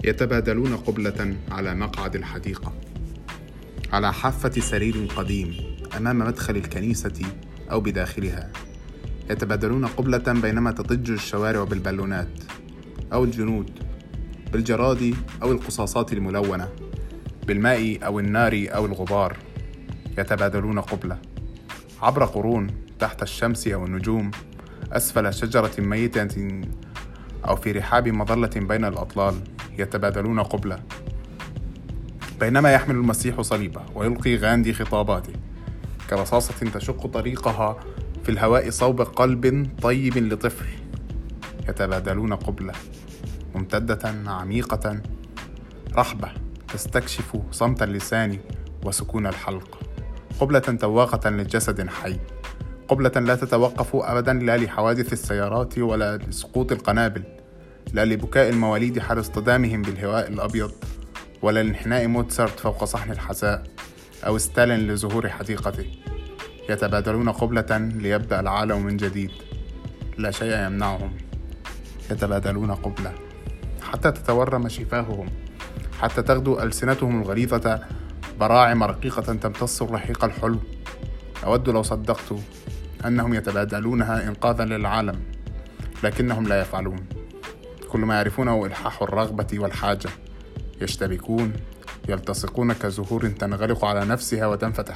يتبادلون قبلة على مقعد الحديقة، على حافة سرير قديم أمام مدخل الكنيسة أو بداخلها. يتبادلون قبلة بينما تضج الشوارع بالبالونات أو الجنود، بالجراد أو القصاصات الملونة، بالماء أو النار أو الغبار. يتبادلون قبلة عبر قرون، تحت الشمس أو النجوم، أسفل شجرة ميتة أو في رحاب مظلة بين الأطلال. يتبادلون قبلة بينما يحمل المسيح صليبه ويلقي غاندي خطاباته كرصاصة تشق طريقها في الهواء صوب قلب طيب لطفل. يتبادلون قبلة ممتدة عميقة رحبة تستكشف صمت اللسان وسكون الحلق، قبلة تواقة لجسد حي، قبلة لا تتوقف أبدا، لا لحوادث السيارات ولا لسقوط القنابل، لا لبكاء المواليد حال اصطدامهم بالهواء الأبيض، ولا لانحناء موتسارت فوق صحن الحساء أو ستالين لظهور حديقته. يتبادلون قبلة ليبدأ العالم من جديد، لا شيء يمنعهم. يتبادلون قبلة حتى تتورم شفاههم، حتى تغدو ألسنتهم الغليظة براعم رقيقة تمتص الرحيق الحلو. أود لو صدقت أنهم يتبادلونها إنقاذا للعالم، لكنهم لا يفعلون. كل ما يعرفونه إلحاح الرغبة والحاجة. يشتبكون، يلتصقون كزهور تنغلق على نفسها وتنفتح.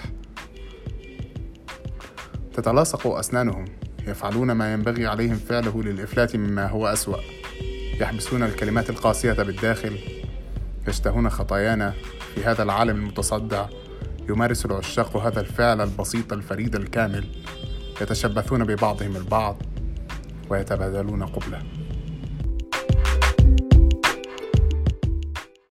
تتلاصق أسنانهم، يفعلون ما ينبغي عليهم فعله للإفلات مما هو أسوأ. يحبسون الكلمات القاسية بالداخل. يشتهون خطايانا في هذا العالم المتصدع. يمارس العشاق هذا الفعل البسيط الفريد الكامل. يتشبثون ببعضهم البعض ويتبادلون قبلة.